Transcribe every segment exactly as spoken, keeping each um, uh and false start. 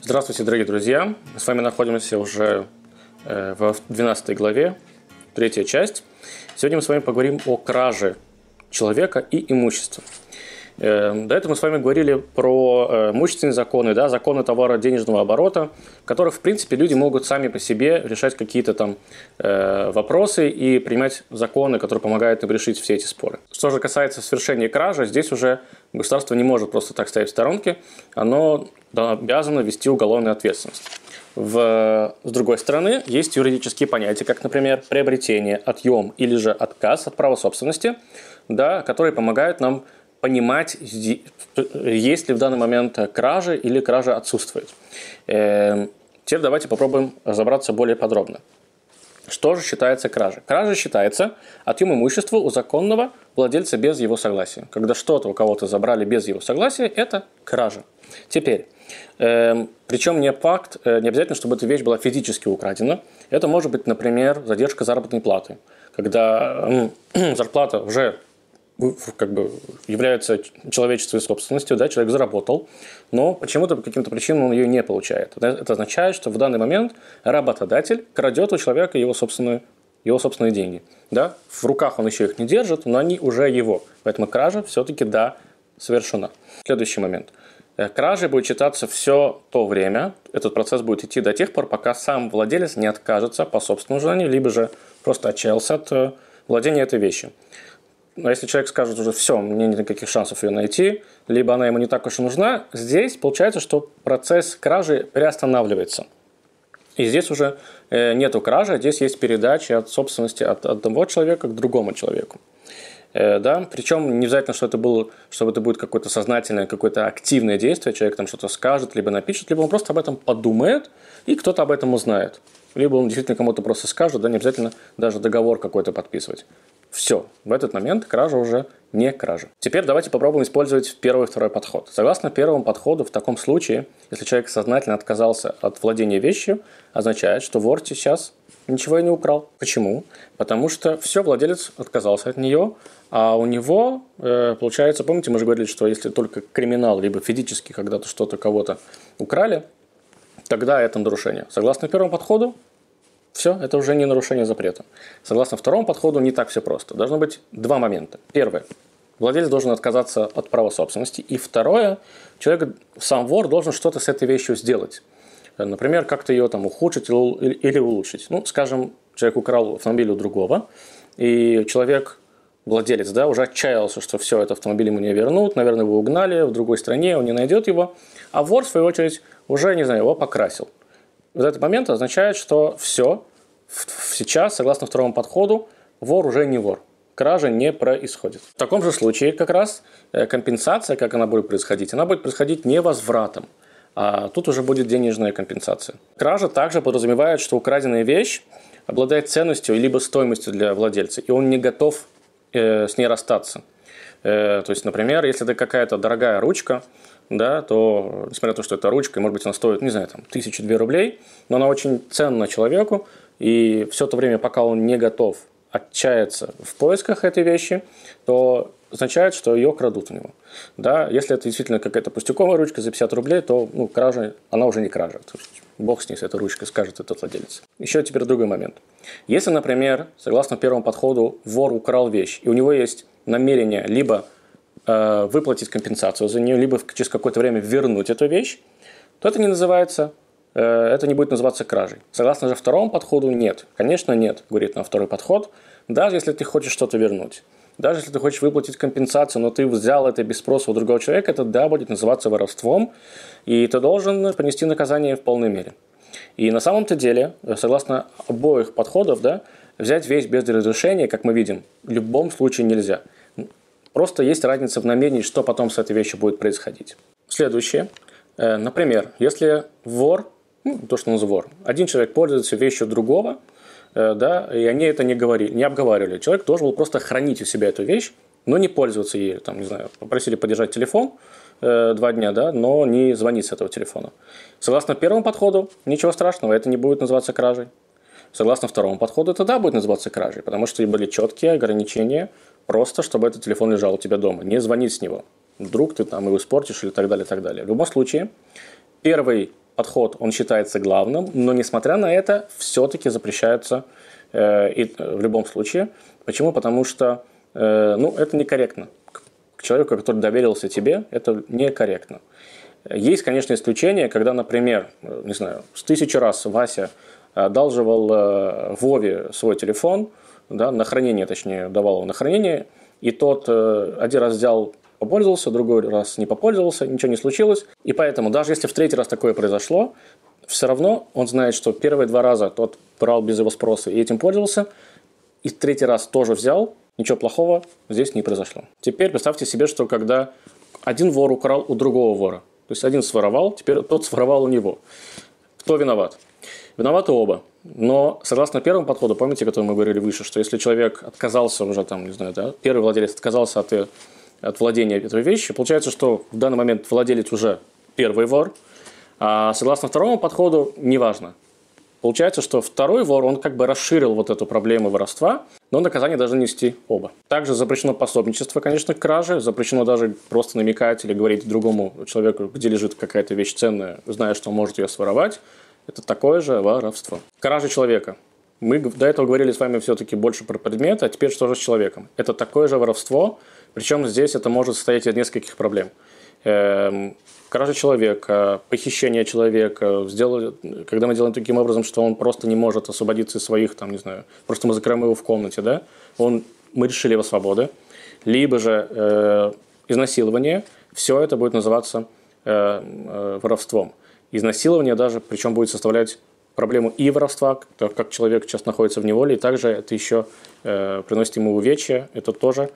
Здравствуйте, дорогие друзья! Мы с вами находимся уже э, в двенадцатой главе, третья часть. Сегодня мы с вами поговорим о краже человека и имущества. Э, до этого мы с вами говорили про э, имущественные законы, да, законы товаро-денежного оборота, в которых, в принципе, люди могут сами по себе решать какие-то там э, вопросы и принимать законы, которые помогают им решить все эти споры. Что же касается совершения кражи, здесь уже государство не может просто так стоять в сторонке, оно обязано вести уголовную ответственность. В, с другой стороны, есть юридические понятия, как, например, приобретение, отъем или же отказ от права собственности, да, которые помогают нам понимать, есть ли в данный момент кража или кража отсутствует. Э, теперь давайте попробуем разобраться более подробно. Что же считается кражей? Кража считается отъем имущества у законного владельца без его согласия. Когда что-то у кого-то забрали без его согласия, это кража. Теперь, э, причем не факт, э, не обязательно, чтобы эта вещь была физически украдена. Это может быть, например, задержка заработной платы. Когда э, зарплата уже как бы является человеческой собственностью, да, человек заработал, но почему-то по каким-то причинам он ее не получает. Это означает, что в данный момент работодатель крадет у человека его собственные, его собственные деньги. Да? В руках он еще их не держит, но они уже его. Поэтому кража все-таки, да, совершена. Следующий момент. Кражей будет считаться все то время, этот процесс будет идти до тех пор, пока сам владелец не откажется по собственному желанию, либо же просто отчаялся от владения этой вещью. Но если человек скажет уже, все, мне нет никаких шансов ее найти, либо она ему не так уж и нужна, здесь получается, что процесс кражи приостанавливается. И здесь уже э, нету кражи, здесь есть передача от собственности от одного человека к другому человеку. Э, да? Причем не обязательно, что это было, что это будет какое-то сознательное, какое-то активное действие, человек там что-то скажет, либо напишет, либо он просто об этом подумает, и кто-то об этом узнает. Либо он действительно кому-то просто скажет, да, не обязательно даже договор какой-то подписывать. Все, в этот момент кража уже не кража. Теперь давайте попробуем использовать первый и второй подход. Согласно первому подходу, в таком случае, если человек сознательно отказался от владения вещью, означает, что вор сейчас ничего и не украл. Почему? Потому что все, владелец отказался от нее, а у него, э, получается, помните, мы же говорили, что если только криминал, либо физически когда-то что-то кого-то украли, тогда это нарушение. Согласно первому подходу, все, это уже не нарушение запрета. Согласно второму подходу, не так все просто. Должно быть два момента. Первое. Владелец должен отказаться от права собственности. И второе. Человек, сам вор, должен что-то с этой вещью сделать. Например, как-то ее там ухудшить или улучшить. Ну, скажем, человек украл автомобиль у другого, и человек, владелец, да, уже отчаялся, что все, этот автомобиль ему не вернут, наверное, его угнали в другой стране, он не найдет его. А вор, в свою очередь, уже, не знаю, его покрасил. В этот момент означает, что все, сейчас, согласно второму подходу, вор уже не вор. Кража не происходит. В таком же случае как раз компенсация, как она будет происходить, она будет происходить не возвратом, а тут уже будет денежная компенсация. Кража также подразумевает, что украденная вещь обладает ценностью либо стоимостью для владельца, и он не готов э, с ней расстаться. Э, то есть, например, если это какая-то дорогая ручка, да, то, несмотря на то, что это ручка, и, может быть, она стоит, не знаю, там, тысячу две рублей, но она очень ценна человеку, и все то время, пока он не готов отчаяться в поисках этой вещи, то означает, что ее крадут у него. Да, если это действительно какая-то пустяковая ручка за пятьдесят рублей, то ну, кража, она уже не кража. То есть, бог с ней, с этой ручкой, скажет этот владелец. Еще теперь другой момент. Если, например, согласно первому подходу, вор украл вещь, и у него есть намерение либо выплатить компенсацию за нее, либо через какое-то время вернуть эту вещь, то это не называется, это не будет называться кражей. Согласно же второму подходу, нет. Конечно, нет, говорит нам второй подход, даже если ты хочешь что-то вернуть. Даже если ты хочешь выплатить компенсацию, но ты взял это без спроса у другого человека, это, да, будет называться воровством, и ты должен понести наказание в полной мере. И на самом-то деле, согласно обоих подходов, да, взять вещь без разрешения, как мы видим, в любом случае нельзя. Просто есть разница в намерении, что потом с этой вещью будет происходить. Следующее. Например, если вор, ну, то, что он вор, один человек пользуется вещью другого, да, и они это не говорили, не обговаривали. Человек должен был просто хранить у себя эту вещь, но не пользоваться ею. Там, не знаю, попросили подержать телефон э, два дня, да, но не звонить с этого телефона. Согласно первому подходу, ничего страшного, это не будет называться кражей. Согласно второму подходу, это да, будет называться кражей, потому что были четкие ограничения, просто чтобы этот телефон лежал у тебя дома, не звонить с него. Вдруг ты там его испортишь или так далее, так далее. В любом случае, первый подход, он считается главным, но, несмотря на это, все-таки запрещается э, и, в любом случае. Почему? Потому что э, ну, это некорректно. К человеку, который доверился тебе, это некорректно. Есть, конечно, исключения, когда, например, не знаю, с тысячи раз Вася одалживал э, Вове свой телефон, да, на хранение, точнее, давал его на хранение, и тот э, один раз взял, попользовался, другой раз не попользовался, ничего не случилось. И поэтому, даже если в третий раз такое произошло, все равно он знает, что первые два раза тот брал без его спроса и этим пользовался, и в третий раз тоже взял, ничего плохого здесь не произошло. Теперь представьте себе, что когда один вор украл у другого вора, то есть один своровал, теперь тот своровал у него. Кто виноват? Виноваты оба. Но согласно первому подходу, помните, о котором мы говорили выше, что если человек отказался уже, там, не знаю, да, первый владелец отказался от, от владения этой вещи, получается, что в данный момент владелец уже первый вор, а согласно второму подходу, неважно. Получается, что второй вор, он как бы расширил вот эту проблему воровства, но наказание должны нести оба. Также запрещено пособничество, конечно, к краже, запрещено даже просто намекать или говорить другому человеку, где лежит какая-то вещь ценная, зная, что он может ее своровать. Это такое же воровство. Кража человека. Мы до этого говорили с вами все-таки больше про предмет, а теперь что же с человеком? Это такое же воровство, причем здесь это может состоять из нескольких проблем. Эм, кража человека, похищение человека, сделали, когда мы делаем таким образом, что он просто не может освободиться из своих, там, не знаю, просто мы закроем его в комнате, да, он, мы решили его свободы, либо же э, изнасилование, все это будет называться э, э, воровством. Изнасилование даже, причем будет составлять проблему и воровства, так как человек сейчас находится в неволе, и также это еще э, приносит ему увечья, это тоже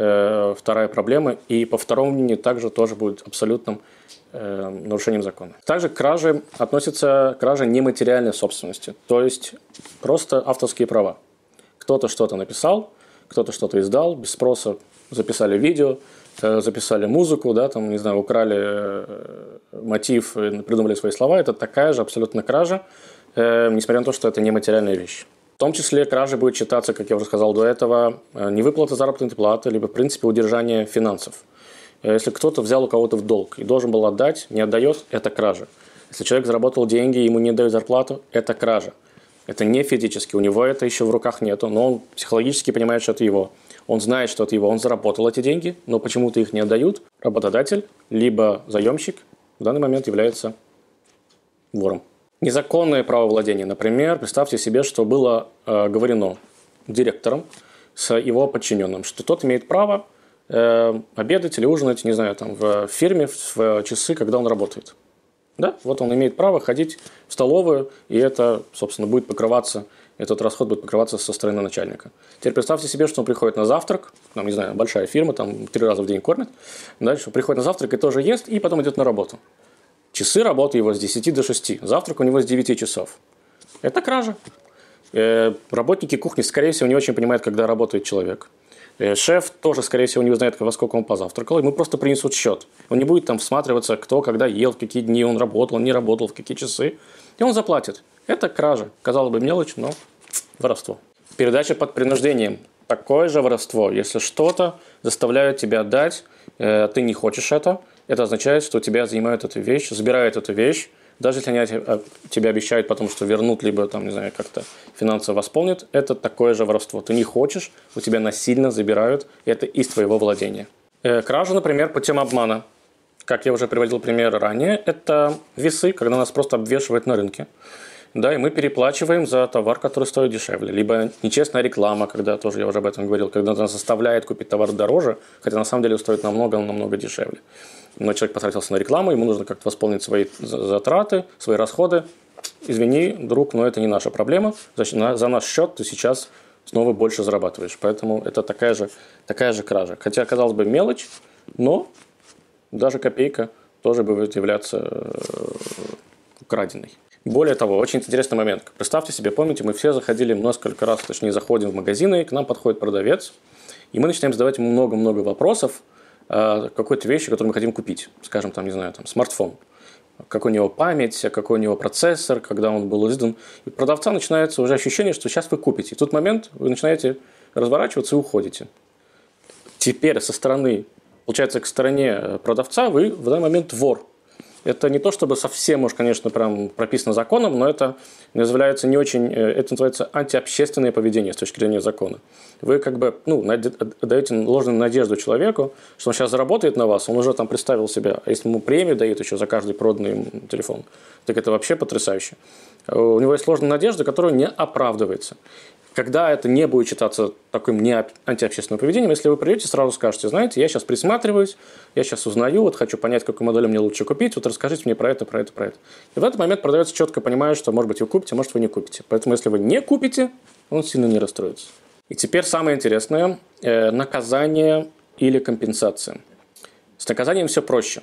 э, вторая проблема, и по второму мнению также тоже будет абсолютным э, нарушением закона. Также к краже относится кража нематериальной собственности, то есть просто авторские права. Кто-то что-то написал, кто-то что-то издал, без спроса записали видео, записали музыку, да, там, не знаю, украли мотив, придумали свои слова. Это такая же абсолютно кража, э, несмотря на то, что это нематериальная вещь. В том числе кражей будет считаться, как я уже сказал до этого, невыплата заработной платы, либо, в принципе, удержание финансов. Если кто-то взял у кого-то в долг и должен был отдать, не отдает, это кража. Если человек заработал деньги, ему не дают зарплату, это кража. Это не физически, у него это еще в руках нету, но он психологически понимает, что это его. Он знает, что это его, он заработал эти деньги, но почему-то их не отдают. Работодатель, либо заемщик в данный момент является вором. Незаконное правовладение. Например, представьте себе, что было э, говорено директором с его подчиненным, что тот имеет право э, обедать или ужинать, не знаю, там, в фирме в часы, когда он работает. Да? Вот он имеет право ходить в столовую, и это, собственно, будет покрываться, этот расход будет покрываться со стороны начальника. Теперь представьте себе, что он приходит на завтрак, там, не знаю, большая фирма, там, три раза в день кормит, дальше приходит на завтрак и тоже ест, и потом идет на работу. Часы работы его с десяти до шести, завтрак у него с девяти часов. Это кража. Э, работники кухни, скорее всего, не очень понимают, когда работает человек. Э, шеф тоже, скорее всего, не узнает, во сколько он позавтракал, ему просто принесут счет. Он не будет там всматриваться, кто когда ел, в какие дни он работал, он не работал, в какие часы. И он заплатит. Это кража. Казалось бы, мелочь, но воровство. Передача под принуждением. Такое же воровство. Если что-то заставляют тебя отдать, э, ты не хочешь это, это означает, что тебя занимают эту вещь, забирают эту вещь, даже если они тебе обещают потом, что вернут, либо там, не знаю, как-то финансово восполнят, это такое же воровство. Ты не хочешь, у тебя насильно забирают, это из твоего владения. Э, кража, например, путем обмана. Как я уже приводил пример ранее, это весы, когда нас просто обвешивают на рынке. Да, и мы переплачиваем за товар, который стоит дешевле. Либо нечестная реклама, когда тоже я уже об этом говорил, когда нас заставляет купить товар дороже, хотя на самом деле стоит намного-намного дешевле. Но человек потратился на рекламу, ему нужно как-то восполнить свои затраты, свои расходы. Извини, друг, но это не наша проблема. За, за наш счет ты сейчас снова больше зарабатываешь. Поэтому это такая же, такая же кража. Хотя, казалось бы, мелочь, но даже копейка тоже будет являться украденной. Более того, очень интересный момент. Представьте себе, помните, мы все заходили несколько раз, точнее, заходим в магазины, и к нам подходит продавец, и мы начинаем задавать ему много-много вопросов о какой-то вещи, которую мы хотим купить. Скажем, там, не знаю, там, смартфон. Как у него память, какой у него процессор, когда он был издан. И у продавца начинается уже ощущение, что сейчас вы купите. И в тот момент вы начинаете разворачиваться и уходите. Теперь со стороны, получается, к стороне продавца вы в данный момент вор. Это не то, чтобы совсем уж, конечно, прям прописано законом, но это называется не очень, это называется антиобщественное поведение с точки зрения закона. Вы как бы, ну, даете ложную надежду человеку, что он сейчас заработает на вас, он уже там представил себя, а если ему премию дают еще за каждый проданный ему телефон, так это вообще потрясающе. У него есть ложная надежда, которая не оправдывается. Когда это не будет считаться таким не антиобщественным поведением, если вы придете, сразу скажете, знаете, я сейчас присматриваюсь, я сейчас узнаю, вот хочу понять, какую модель мне лучше купить, вот расскажите мне про это, про это, про это. И в этот момент продавец четко понимает, что, может быть, вы купите, может, вы не купите. Поэтому, если вы не купите, он сильно не расстроится. И теперь самое интересное – наказание или компенсация. С наказанием все проще.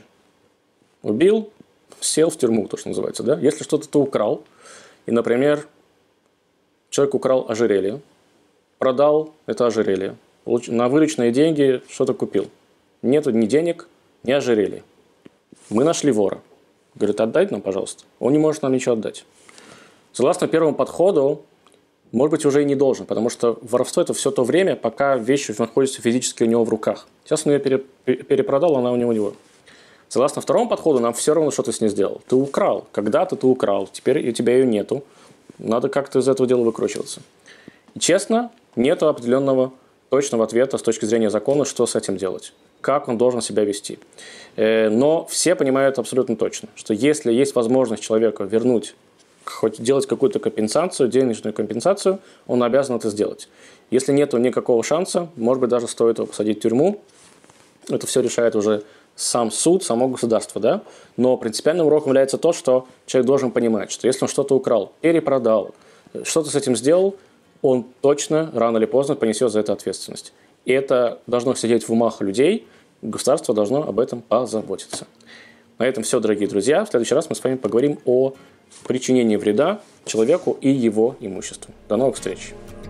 Убил, сел в тюрьму, то, что называется. Да? Если что-то ты украл, и, например, человек украл ожерелье, продал это ожерелье, на вырученные деньги что-то купил. Нету ни денег, ни ожерелья. Мы нашли вора. Говорит, отдай нам, пожалуйста. Он не может нам ничего отдать. Согласно первому подходу, может быть, уже и не должен, потому что воровство – это все то время, пока вещь находится физически у него в руках. Сейчас он ее перепродал, она у него у него. Согласно второму подходу, нам все равно, что ты с ней сделал. Ты украл. Когда-то ты украл, теперь у тебя ее нету. Надо как-то из этого дела выкручиваться. И честно, нет определенного точного ответа с точки зрения закона, что с этим делать, как он должен себя вести. Но все понимают абсолютно точно, что если есть возможность человека вернуть, хоть делать какую-то компенсацию, денежную компенсацию, он обязан это сделать. Если нет никакого шанса, может быть, даже стоит его посадить в тюрьму. Это все решает уже сам суд, само государство, да? Но принципиальным уроком является то, что человек должен понимать, что если он что-то украл, перепродал, что-то с этим сделал, он точно рано или поздно понесет за это ответственность. И это должно сидеть в умах людей, государство должно об этом позаботиться. На этом все, дорогие друзья. В следующий раз мы с вами поговорим о причинении вреда человеку и его имуществу. До новых встреч!